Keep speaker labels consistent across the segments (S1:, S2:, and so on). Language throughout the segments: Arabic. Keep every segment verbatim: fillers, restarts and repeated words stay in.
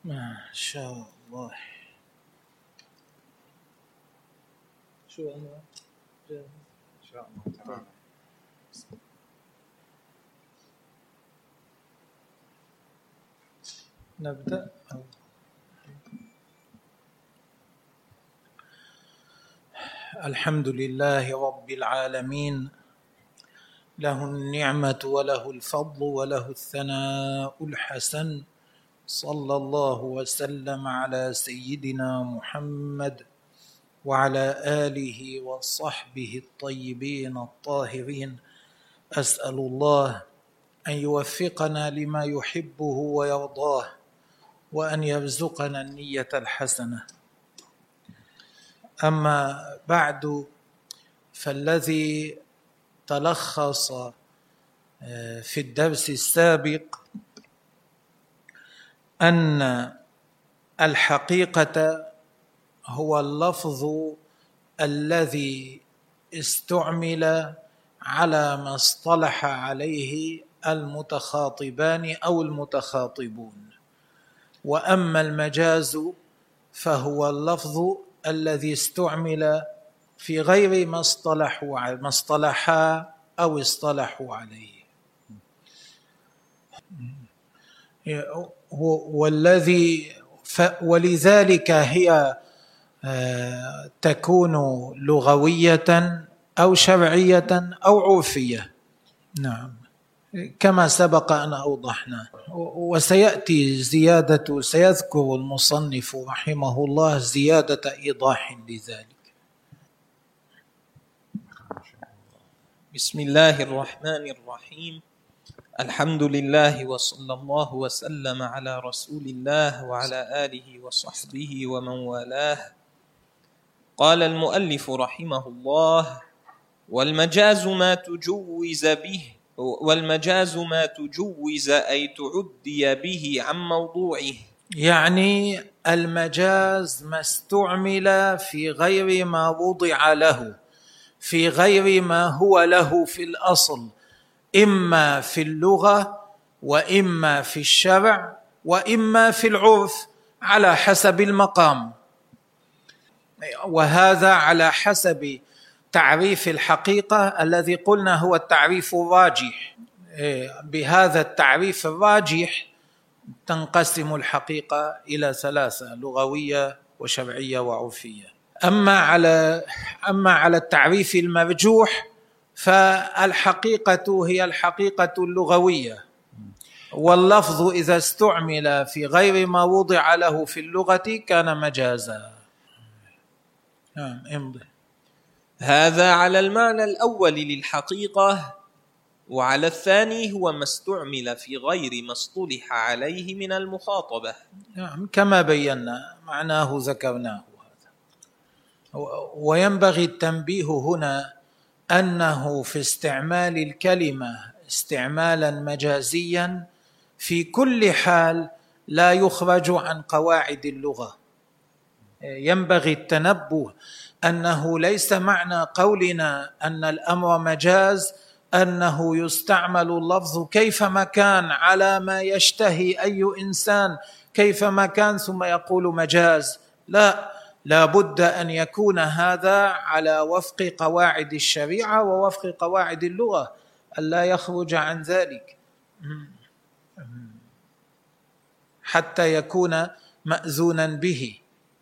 S1: ما شاء الله. شو أنا جاهز إن شاء الله تعالى. نبدأ. الحمد لله رب العالمين، له النعمة وله الفضل وله الثناء الحسن، صلى الله وسلم على سيدنا محمد وعلى آله وصحبه الطيبين الطاهرين. أسأل الله أن يوفقنا لما يحبه ويرضاه، وأن يرزقنا النية الحسنة. أما بعد، فالذي تلخص في الدرس السابق أن الحقيقة هو اللفظ الذي استعمل على ما اصطلح عليه المتخاطبان أو المتخاطبون، وأما المجاز فهو اللفظ الذي استعمل في غير ما اصطلحوا ما اصطلحا أو اصطلحوا عليه، والذي ولذلك هي تكون لغوية أو شرعية أو عرفية. نعم، كما سبق أن أوضحنا، وسيأتي زيادة، سيذكر المصنف رحمه الله زيادة إيضاح لذلك.
S2: بسم الله الرحمن الرحيم. الحمد لله وصلى الله وسلم على رسول الله وعلى آله وصحبه ومن والاه. قال المؤلف رحمه الله: والمجاز ما تجوز به والمجاز ما تجوز أي تعدي به عن موضوعه،
S1: يعني المجاز ما استعمل في غير ما وضع له، في غير ما هو له في الأصل، إما في اللغة وإما في الشرع وإما في العرف، على حسب المقام، وهذا على حسب تعريف الحقيقة الذي قلنا هو التعريف الراجح. بهذا التعريف الراجح تنقسم الحقيقة إلى ثلاثة: لغوية وشرعية وعرفية. أما على أما على التعريف المرجوح فالحقيقة هي الحقيقة اللغوية، واللفظ إذا استعمل في غير ما وضع له في اللغة كان مجازا. امضي.
S2: هذا على المعنى الأول للحقيقة، وعلى الثاني هو ما استعمل في غير ما اصطلح عليه من المخاطبة.
S1: نعم، كما بينا معناه ذكرناه هذا. وينبغي التنبيه هنا أنه في استعمال الكلمة استعمالا مجازيا في كل حال لا يخرج عن قواعد اللغة. ينبغي التنبه أنه ليس معنى قولنا أن الأمر مجاز أنه يستعمل اللفظ كيفما كان على ما يشتهي أي إنسان كيفما كان ثم يقول مجاز. لا، لا بد أن يكون هذا على وفق قواعد الشريعة ووفق قواعد اللغة، ألا يخرج عن ذلك حتى يكون مأذونا به.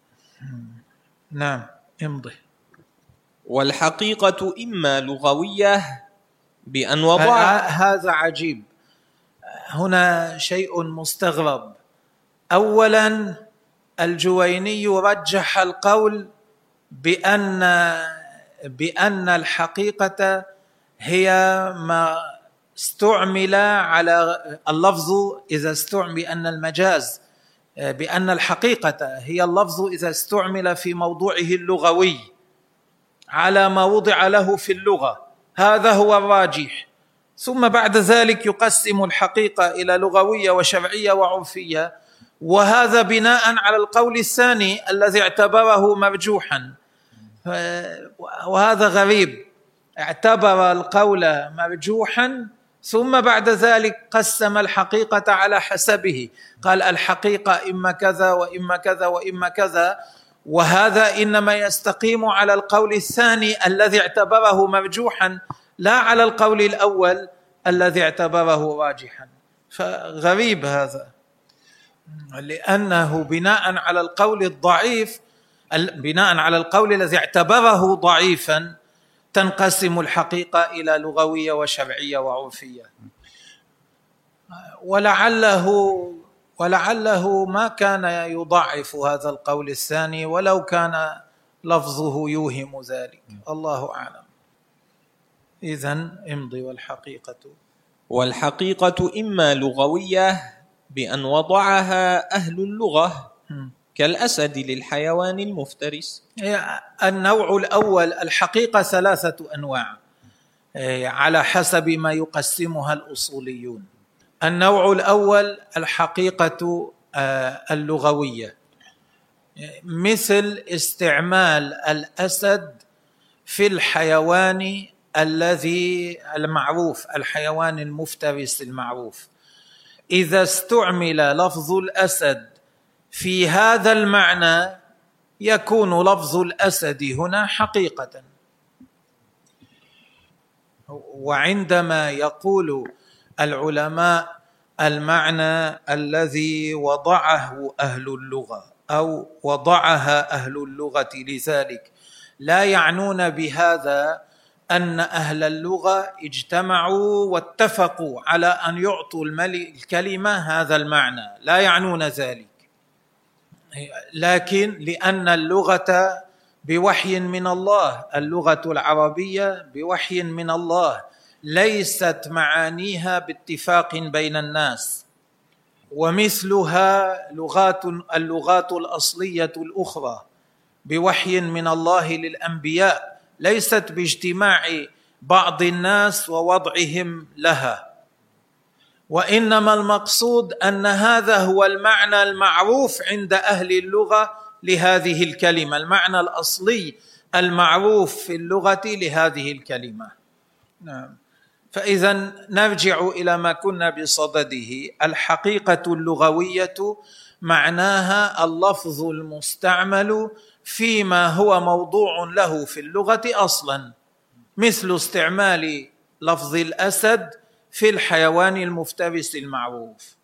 S1: نعم، امضي.
S2: والحقيقة إما لغوية بأن وضع.
S1: هذا عجيب، هنا شيء مستغرب. أولا، الجويني رجح القول بأن بأن الحقيقة هي ما استعمل على اللفظ إذا استعمل، بأن المجاز بأن الحقيقة هي اللفظ إذا استعمل في موضوعه اللغوي على ما وضع له في اللغة، هذا هو الراجح. ثم بعد ذلك يقسم الحقيقة إلى لغوية وشرعية وعرفية، وهذا بناء على القول الثاني الذي اعتبره مرجوحا. وهذا غريب، اعتبر القول مرجوحا ثم بعد ذلك قسم الحقيقة على حسبه، قال الحقيقة إما كذا وإما كذا وإما كذا، وهذا إنما يستقيم على القول الثاني الذي اعتبره مرجوحا، لا على القول الأول الذي اعتبره راجحا. فغريب هذا، لأنه بناء على القول الضعيف، بناء على القول الذي اعتبره ضعيفا، تنقسم الحقيقة إلى لغوية وشرعية وعرفية. ولعله ولعله ما كان يضعف هذا القول الثاني ولو كان لفظه يوهم ذلك، الله أعلم. إذن امضي. والحقيقة
S2: والحقيقة إما لغوية بأن وضعها أهل اللغة كالأسد للحيوان المفترس.
S1: النوع الأول الحقيقة ثلاثة أنواع على حسب ما يقسمها الأصوليون. النوع الأول الحقيقة اللغوية، مثل استعمال الأسد في الحيوان الذي المعروف، الحيوان المفترس المعروف. إذا استعمل لفظ الأسد في هذا المعنى يكون لفظ الأسد هنا حقيقة. وعندما يقول العلماء المعنى الذي وضعه أهل اللغة أو وضعها أهل اللغة لذلك، لا يعنون بهذا أن أهل اللغة اجتمعوا واتفقوا على أن يعطوا الكلمة هذا المعنى، لا يعنون ذلك، لكن لأن اللغة بوحي من الله، اللغة العربية بوحي من الله، ليست معانيها باتفاق بين الناس، ومثلها لغات اللغات الأصلية الأخرى بوحي من الله للأنبياء، ليست باجتماع بعض الناس ووضعهم لها، وإنما المقصود أن هذا هو المعنى المعروف عند أهل اللغة لهذه الكلمة، المعنى الأصلي المعروف في اللغة لهذه الكلمة. نعم. فإذا نرجع إلى ما كنا بصدده. الحقيقة اللغوية معناها اللفظ المستعمل فيما هو موضوع له في اللغة أصلا، مثل استعمال لفظ الأسد في الحيوان المفترس المعروف.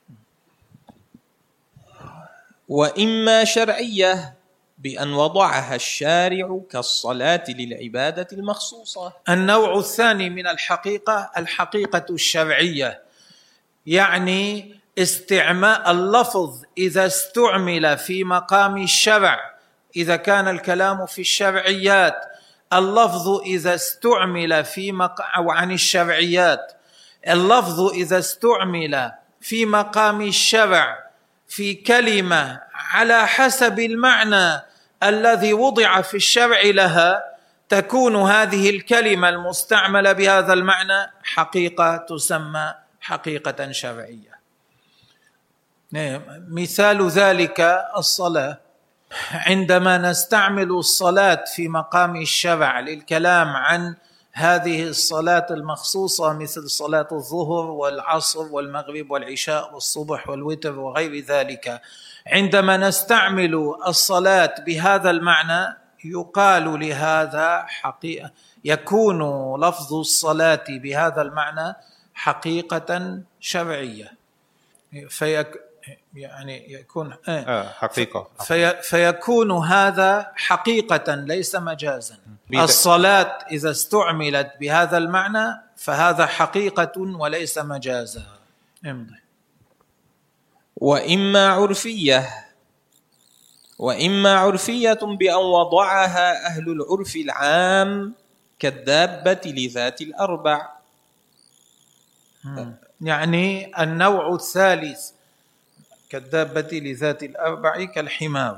S2: وإما شرعية بأن وضعها الشارع كالصلاة للعبادة المخصوصة.
S1: النوع الثاني من الحقيقة الحقيقة الشرعية، يعني استعمال اللفظ إذا استعمل في مقام الشرع، إذا كان الكلام في الشرعيات، اللفظ إذا استعمل في مقام أو عن الشرعيات، اللفظ إذا استعمل في مقام الشرع في كلمة على حسب المعنى الذي وضع في الشرع لها، تكون هذه الكلمة المستعملة بهذا المعنى حقيقة تسمى حقيقة شرعية. مثال ذلك الصلاة، عندما نستعمل الصلاة في مقام الشرع للكلام عن هذه الصلاة المخصوصة مثل صلاة الظهر والعصر والمغرب والعشاء والصبح والوتر وغير ذلك، عندما نستعمل الصلاة بهذا المعنى يقال لهذا حقيقة، يكون لفظ الصلاة بهذا المعنى حقيقة شرعية، فيك يعني يكون
S3: آه حقيقة
S1: في فيكون هذا حقيقة ليس مجازا. الصلاة إذا استعملت بهذا المعنى فهذا حقيقة وليس مجازا. امضي.
S2: وإما عرفية وإما عرفية بأن وضعها أهل العرف العام كالدابة لذات الأربع.
S1: يعني النوع الثالث كالدابة لذات الأربع كالحمار.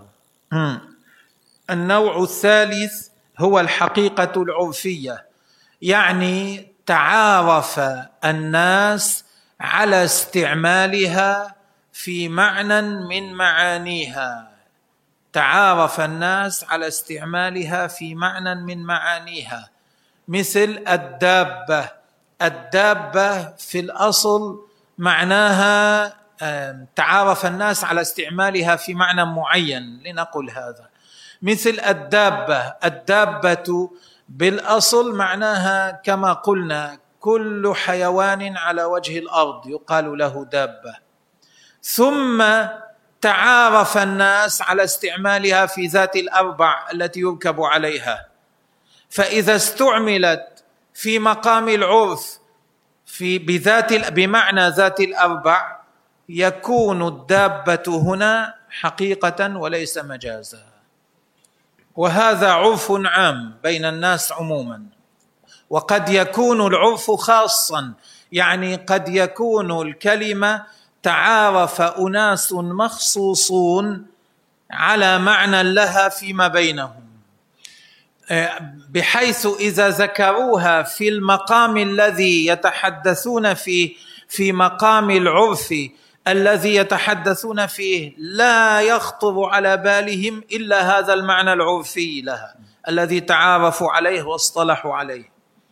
S1: النوع الثالث هو الحقيقة العرفية، يعني تعارف الناس على استعمالها في معنى من معانيها، تعارف الناس على استعمالها في معنى من معانيها، مثل الدابة الدابة في الأصل معناها تعارف الناس على استعمالها في معنى معين، لنقل هذا مثل الدابة. الدابة بالأصل معناها كما قلنا كل حيوان على وجه الأرض يقال له دابة، ثم تعارف الناس على استعمالها في ذات الأربع التي يركب عليها، فإذا استعملت في مقام العرف في بذات بمعنى ذات الأربع يكون الدابة هنا حقيقة وليس مجازا، وهذا عرف عام بين الناس عموما. وقد يكون العرف خاصا، يعني قد يكون الكلمة تعارف أناس مخصوصون على معنى لها فيما بينهم، بحيث إذا ذكروها في المقام الذي يتحدثون فيه في مقام العرف الذي يتحدثون فيه لا يخطر على بالهم إلا هذا المعنى العرفي لها الذي تعارفوا عليه واصطلحوا عليه،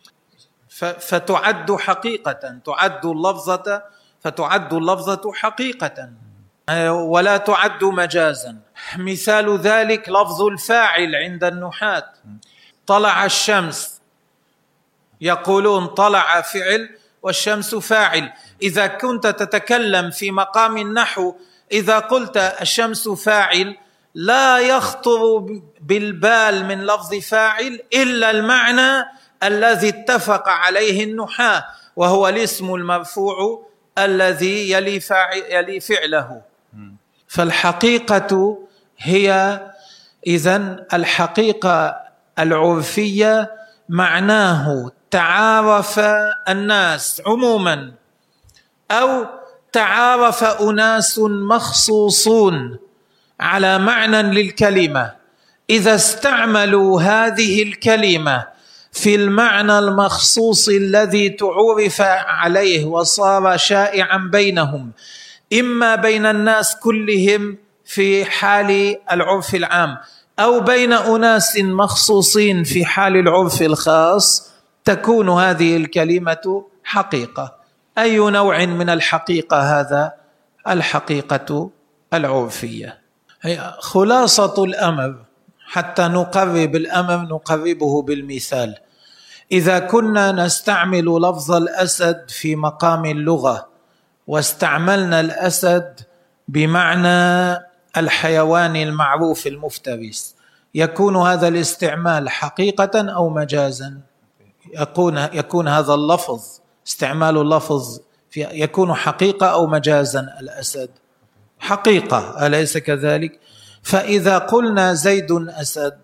S1: فتعد حقيقة، تعد اللفظة فتعد اللفظة حقيقة ولا تعد مجازا. مثال ذلك لفظ الفاعل عند النحاة، طلع الشمس، يقولون طلع فعل والشمس فاعل. إذا كنت تتكلم في مقام النحو إذا قلت الشمس فاعل لا يخطر بالبال من لفظ فاعل إلا المعنى الذي اتفق عليه النحاة، وهو الاسم المرفوع الذي يلي, يلي فعله. فالحقيقة هي إذن الحقيقة العرفية معناه تعارف الناس عموما أو تعارف أناس مخصوصون على معنى للكلمة، إذا استعملوا هذه الكلمة في المعنى المخصوص الذي تعرف عليه وصار شائعا بينهم، إما بين الناس كلهم في حال العرف العام أو بين أناس مخصوصين في حال العرف الخاص، تكون هذه الكلمة حقيقة. أي نوع من الحقيقة هذا؟ الحقيقة العرفية. خلاصة الأمر حتى نقرب الأمر نقربه بالمثال. إذا كنا نستعمل لفظ الأسد في مقام اللغة واستعملنا الأسد بمعنى الحيوان المعروف المفترس، يكون هذا الاستعمال حقيقة أو مجازا؟ يكون يكون هذا اللفظ استعمال اللفظ في يكون حقيقة أو مجازا؟ الأسد حقيقة، أليس كذلك؟ فإذا قلنا زيد أسد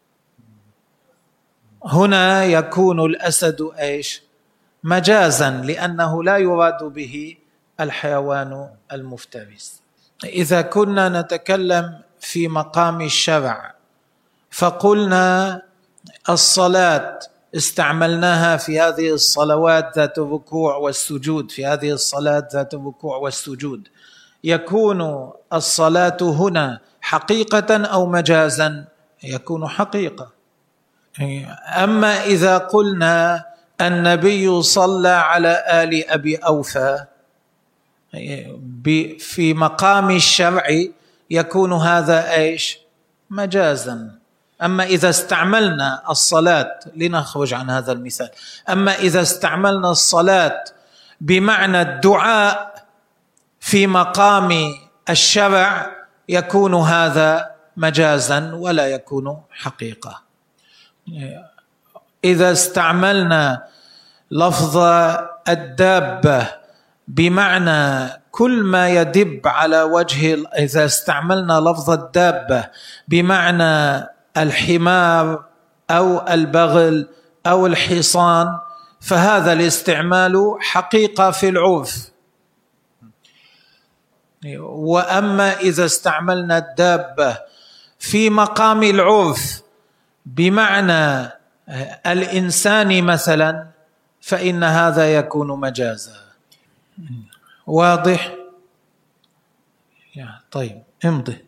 S1: هنا يكون الأسد إيش؟ مجازا، لأنه لا يراد به الحيوان المفترس. إذا كنا نتكلم في مقام الشرع فقلنا الصلاة استعملناها في هذه الصلوات ذات الركوع والسجود، في هذه الصلاة ذات الركوع والسجود، يكون الصلاة هنا حقيقة أو مجازا؟ يكون حقيقة. أما إذا قلنا النبي صلى على آل أبي أوفى في مقام الشرع يكون هذا إيش؟ مجازا. أما إذا استعملنا الصلاة، لنخرج عن هذا المثال، أما إذا استعملنا الصلاة بمعنى الدعاء في مقام الشرع يكون هذا مجازا ولا يكون حقيقة. إذا استعملنا لفظ الدابة بمعنى كل ما يدب على وجه، إذا استعملنا لفظ الدابة بمعنى الحمار أو البغل أو الحصان فهذا الاستعمال حقيقة في العرف. وأما إذا استعملنا الدابة في مقام العرف بمعنى الإنسان مثلا فإن هذا يكون مجازا. واضح؟ طيب امضي.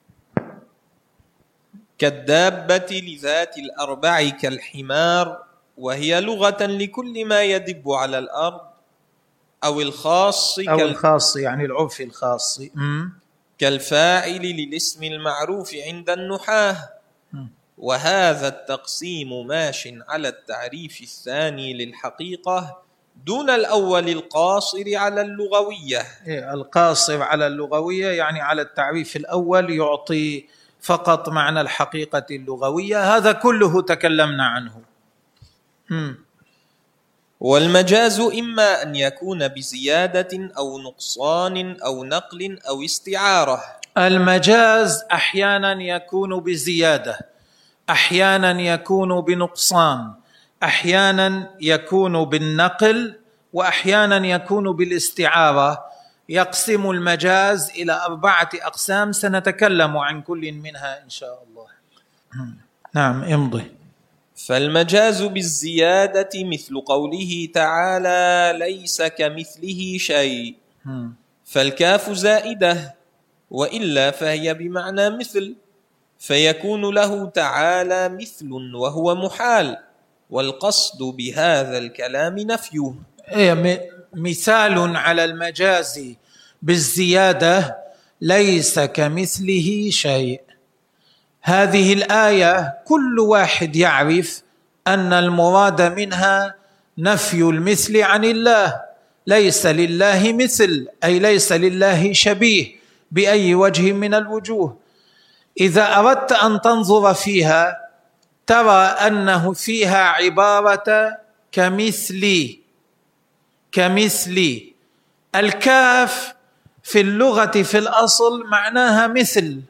S2: كالدابة لذات الأربع كالحمار وهي لغة لكل ما يدب على الأرض أو الخاص
S1: أو الخاص يعني العرف الخاص
S2: كالفاعل للاسم المعروف عند النحاة. وهذا التقسيم ماش على التعريف الثاني للحقيقة دون الأول القاصر على اللغوية.
S1: القاصر على اللغوية يعني على التعريف الأول يعطي فقط معنى الحقيقة اللغوية، هذا كله تكلمنا عنه. م.
S2: والمجاز إما أن يكون بزيادة أو نقصان أو نقل أو استعارة.
S1: المجاز أحيانا يكون بزيادة، أحيانا يكون بنقصان، أحيانا يكون بالنقل، وأحيانا يكون بالاستعارة. يقسم المجاز إلى أربعة أقسام سنتكلم عن كل منها إن شاء الله. نعم امضي.
S2: فالمجاز بالزيادة مثل قوله تعالى ليس كمثله شيء، فالكاف زائدة وإلا فهي بمعنى مثل، فيكون له تعالى مثل وهو محال، والقصد بهذا الكلام نفيه.
S1: مثال على المجاز بالزيادة ليس كمثله شيء. هذه الآية كل واحد يعرف أن المراد منها نفي المثل عن الله. ليس لله مثل أي ليس لله شبيه بأي وجه من الوجوه. إذا أردت أن تنظر فيها ترى أنه فيها عبارة كمثلي. كمثلي الكاف في اللغة في الأصل معناها مثل.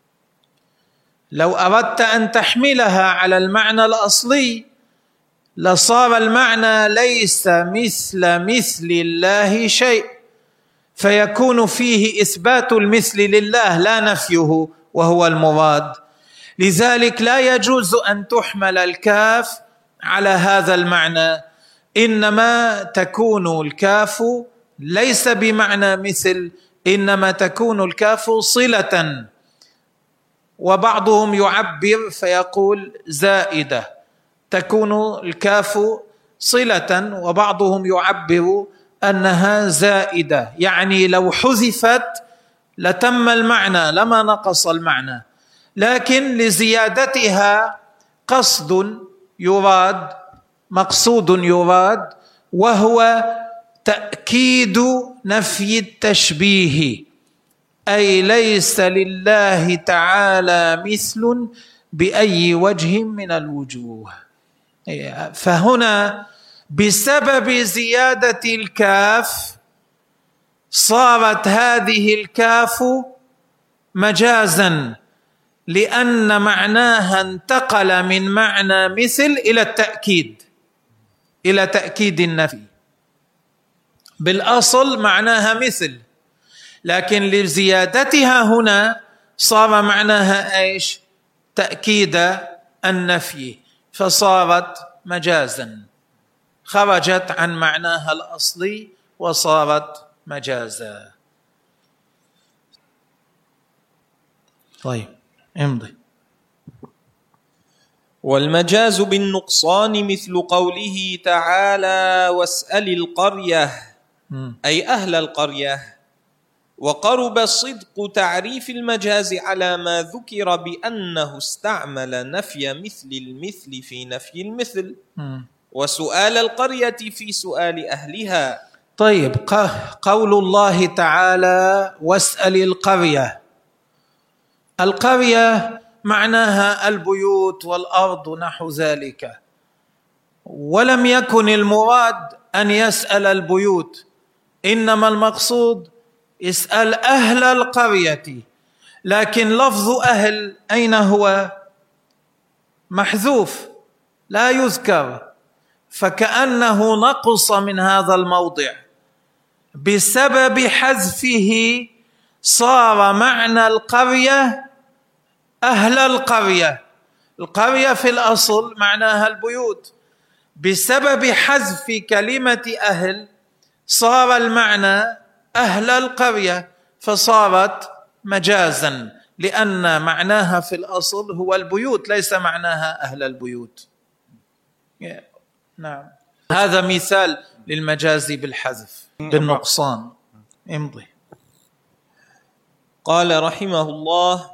S1: لو أردت أن تحملها على المعنى الأصلي لصار المعنى ليس مثل مثل الله شيء، فيكون فيه إثبات المثل لله لا نفيه وهو المراد. لذلك لا يجوز أن تحمل الكاف على هذا المعنى، إنما تكون الكاف ليس بمعنى مثل، إنما تكون الكاف صلة. وبعضهم يعبر فيقول زائدة، تكون الكاف صلة، وبعضهم يعبر أنها زائدة، يعني لو حذفت لتم المعنى لما نقص المعنى، لكن لزيادتها قصد يراد، مقصود يراد، وهو تأكيد نفي التشبيه، أي ليس لله تعالى مثل بأي وجه من الوجوه. فهنا بسبب زيادة الكاف صارت هذه الكاف مجازا، لأن معناها انتقل من معنى مثل إلى التأكيد، إلى تأكيد النفي. بالأصل معناها مثل، لكن لزيادتها هنا صار معناها إيش؟ تأكيد النفي، فصارت مجازا، خرجت عن معناها الأصلي وصارت مجازا. طيب امضي.
S2: والمجاز بالنقصان مثل قوله تعالى واسأل القرية، أي أهل القرية. وقرب صدق تعريف المجاز على ما ذكر بأنه استعمل نفي مثل المثل في نفي المثل، وسؤال القرية في سؤال أهلها.
S1: طيب قول الله تعالى واسأل القرية، القرية معناها البيوت والأرض نحو ذلك، ولم يكن المراد أن يسأل البيوت، إنما المقصود اسأل أهل القرية. لكن لفظ أهل أين هو؟ محذوف لا يذكر، فكأنه نقص من هذا الموضع. بسبب حذفه صار معنى القرية أهل القرية. القرية في الأصل معناها البيوت، بسبب حذف كلمة أهل صار المعنى أهل القرية، فصارت مجازا، لأن معناها في الأصل هو البيوت، ليس معناها أهل البيوت. نعم، هذا مثال للمجاز بالحذف بالنقصان. امضي.
S2: قال رحمه الله: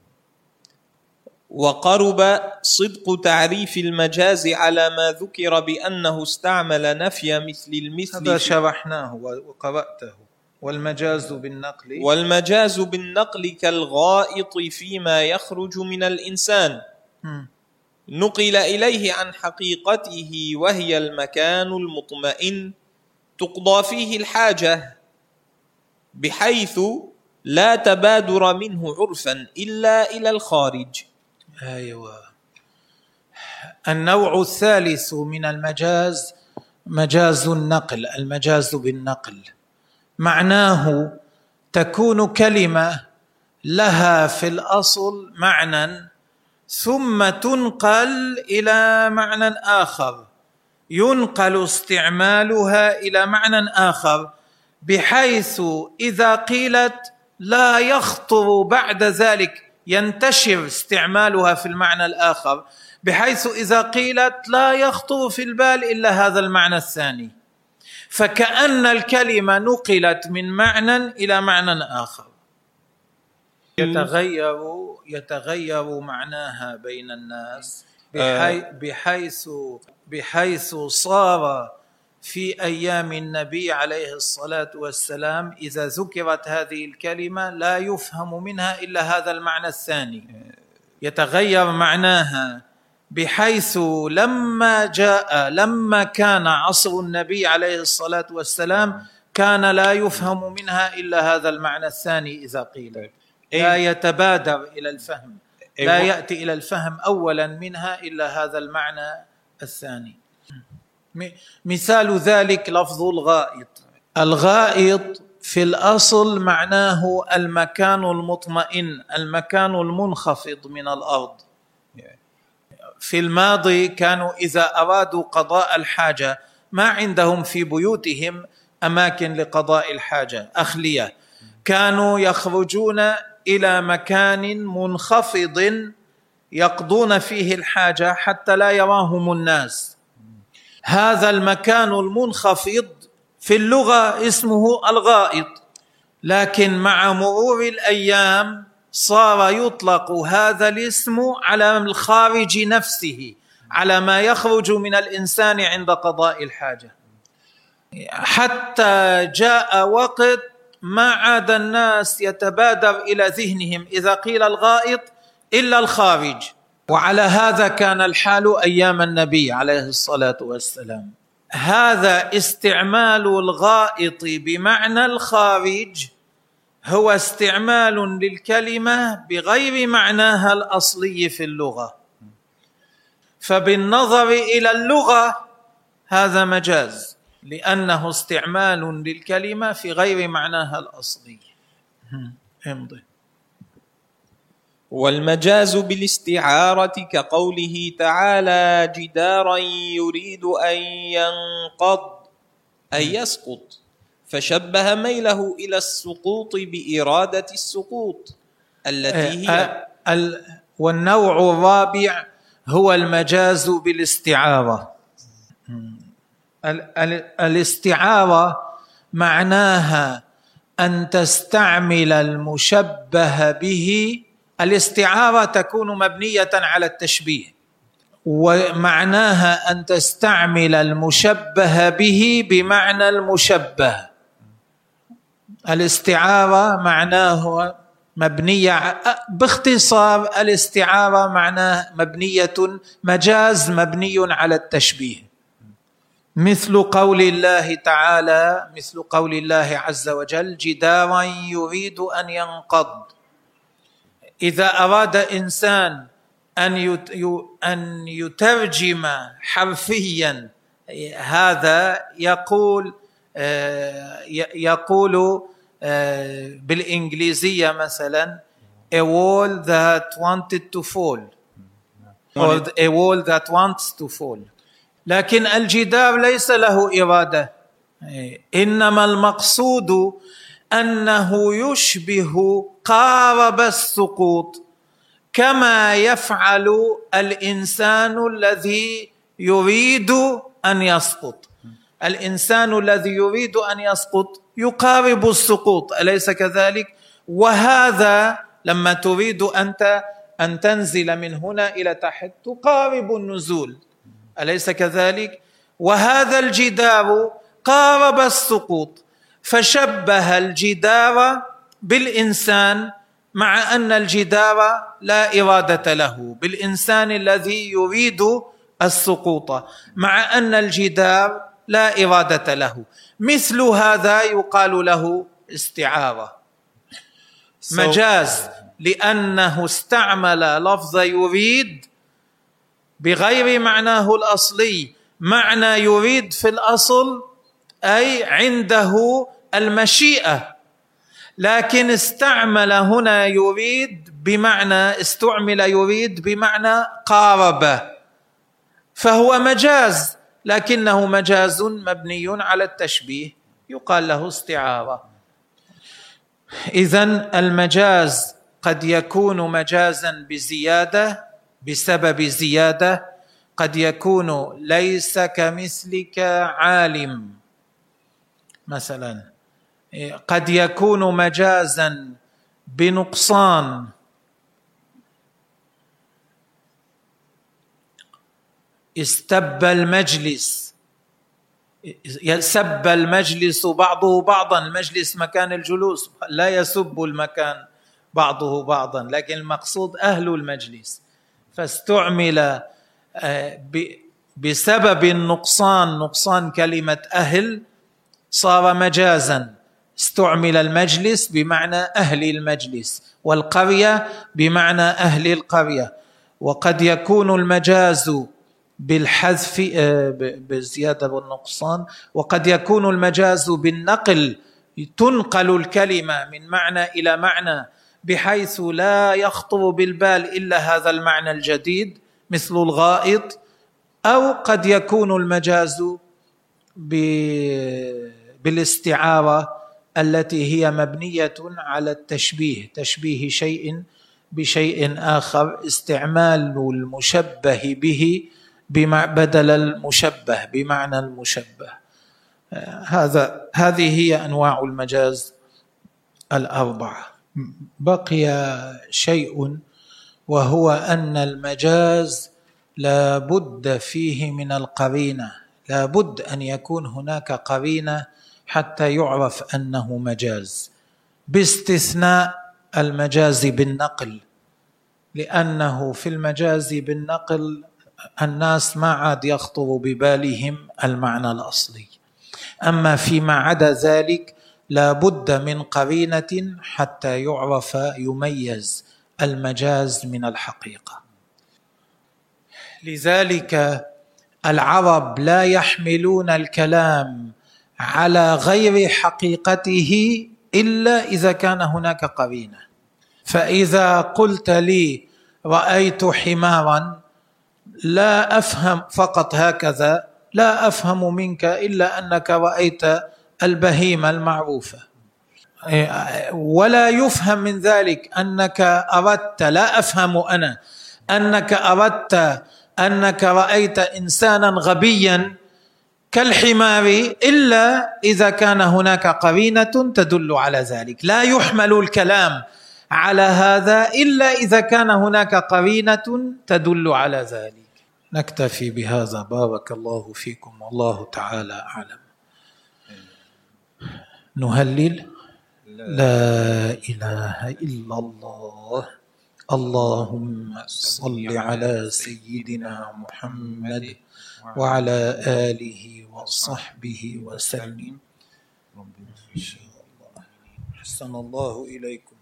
S2: وقرب صدق تعريف المجاز على ما ذكر بأنه استعمل نفي مثل المثل.
S1: هذا شرحناه وقرأته. والمجاز بالنقل
S2: والمجاز بالنقل كالغائط فيما يخرج من الإنسان، م. نقل إليه عن حقيقته وهي المكان المطمئن تقضى فيه الحاجة بحيث لا تبادر منه عرفا إلا إلى الخارج.
S1: أيوة. النوع الثالث من المجاز مجاز النقل، المجاز بالنقل، معناه تكون كلمة لها في الأصل معنى ثم تنقل إلى معنى آخر، ينقل استعمالها إلى معنى آخر، بحيث إذا قيلت لا يخطر بعد ذلك ينتشر استعمالها في المعنى الآخر، بحيث إذا قيلت لا يخطر في البال إلا هذا المعنى الثاني، فكأن الكلمة نقلت من معنى إلى معنى آخر، يتغير يتغير معناها بين الناس بحي بحيث بحيث صار في أيام النبي عليه الصلاة والسلام إذا ذكرت هذه الكلمة لا يفهم منها إلا هذا المعنى الثاني، يتغير معناها، بحيث لما جاء لما كان عصر النبي عليه الصلاة والسلام كان لا يفهم منها إلا هذا المعنى الثاني إذا قيل، لا يتبادر إلى الفهم، لا يأتي إلى الفهم أولا منها إلا هذا المعنى الثاني. مثال ذلك لفظ الغائط. الغائط في الأصل معناه المكان المطمئن، المكان المنخفض من الأرض. في الماضي كانوا إذا أرادوا قضاء الحاجة ما عندهم في بيوتهم أماكن لقضاء الحاجة أخلية، كانوا يخرجون إلى مكان منخفض يقضون فيه الحاجة حتى لا يراهم الناس. هذا المكان المنخفض في اللغة اسمه الغائط، لكن مع مرور الأيام صار يطلق هذا الاسم على الخارج نفسه، على ما يخرج من الإنسان عند قضاء الحاجة، حتى جاء وقت ما عاد الناس يتبادر إلى ذهنهم إذا قيل الغائط إلا الخارج. وعلى هذا كان الحال أيام النبي عليه الصلاة والسلام. هذا استعمال الغائط بمعنى الخارج هو استعمال للكلمة بغير معناها الأصلي في اللغة، فبالنظر إلى اللغة هذا مجاز، لأنه استعمال للكلمة في غير معناها الأصلي. امضي.
S2: والمجاز بالاستعارة كقوله تعالى: جدارا يريد أن ينقض أي يسقط، فشبه ميله إلى السقوط بإرادة السقوط التي هي.
S1: والنوع الرابع هو المجاز بالاستعارة. الاستعارة معناها أن تستعمل المشبه به. الاستعارة تكون مبنية على التشبيه، ومعناها أن تستعمل المشبه به بمعنى المشبه. الاستعارة معناه مبنية، باختصار الاستعارة معناه مبنية مجاز مبني على التشبيه، مثل قول الله تعالى مثل قول الله عز وجل: جدارا يريد أن ينقض. إذا أراد إنسان أن يترجم حرفيا هذا يقول يقول بالإنجليزية مثلا a wall that wanted to fall or a wall that wants to fall. لكن الجدار ليس له إرادة، إنما المقصود أنه يشبه قارب السقوط، كما يفعل الإنسان الذي يريد أن يسقط. الإنسان الذي يريد أن يسقط يقارب السقوط، أليس كذلك؟ وهذا لما تريد أنت أن تنزل من هنا إلى تحت تقارب النزول، أليس كذلك؟ وهذا الجدار قارب السقوط، فشبه الجدار بالإنسان مع أن الجدار لا إرادة له، بالإنسان الذي يريد السقوط مع أن الجدار لا إرادة له. مثل هذا يقال له استعارة، مجاز، لأنه استعمل لفظ يريد بغير معناه الأصلي. معنى يريد في الأصل أي عنده المشيئة، لكن استعمل هنا يريد بمعنى استعمل يريد بمعنى قارب، فهو مجاز، لكنه مجاز مبني على التشبيه، يقال له استعارة. إذن المجاز قد يكون مجازا بزيادة بسبب زيادة، قد يكون ليس كمثلك عالم مثلا، قد يكون مجازا بنقصان، استب المجلس، يسب المجلس بعضه بعضا، المجلس مكان الجلوس، لا يسب المكان بعضه بعضا، لكن المقصود أهل المجلس، فاستعمل بسبب النقصان، نقصان كلمة أهل صار مجازا، استعمل المجلس بمعنى أهل المجلس، والقرية بمعنى أهل القرية. وقد يكون المجاز بالحذف بالزيادة والنقصان، وقد يكون المجاز بالنقل، تنقل الكلمة من معنى إلى معنى بحيث لا يخطر بالبال إلا هذا المعنى الجديد مثل الغائط. أو قد يكون المجاز بالاستعارة التي هي مبنية على التشبيه، تشبيه شيء بشيء آخر، استعمال المشبه به بدل المشبه بمعنى المشبه. هذا هذه هي أنواع المجاز الأربعة. بقي شيء، وهو أن المجاز لا بد فيه من القرينة، لا بد أن يكون هناك قرينة حتى يعرف أنه مجاز، باستثناء المجاز بالنقل، لأنه في المجاز بالنقل الناس ما عاد يخطر ببالهم المعنى الأصلي. أما فيما عدا ذلك لا بد من قرينة حتى يعرف يميز المجاز من الحقيقة. لذلك العرب لا يحملون الكلام على غير حقيقته إلا إذا كان هناك قرينة. فإذا قلت لي رأيت حمارا لا أفهم فقط هكذا، لا أفهم منك إلا أنك رأيت البهيمة المعروفة، ولا يفهم من ذلك أنك أردت، لا أفهم أنا أنك أردت أنك رأيت إنسانا غبيا كالحمار إلا إذا كان هناك قرينة تدل على ذلك. لا يحمل الكلام على هذا إلا إذا كان هناك قرينة تدل على ذلك. نكتفي بهذا، بارك الله فيكم، والله تعالى أعلم. نهلل. لا إله إلا الله، اللهم صل على سيدنا محمد وعلى آله وصحبه وسلم. أحسن الله إليكم.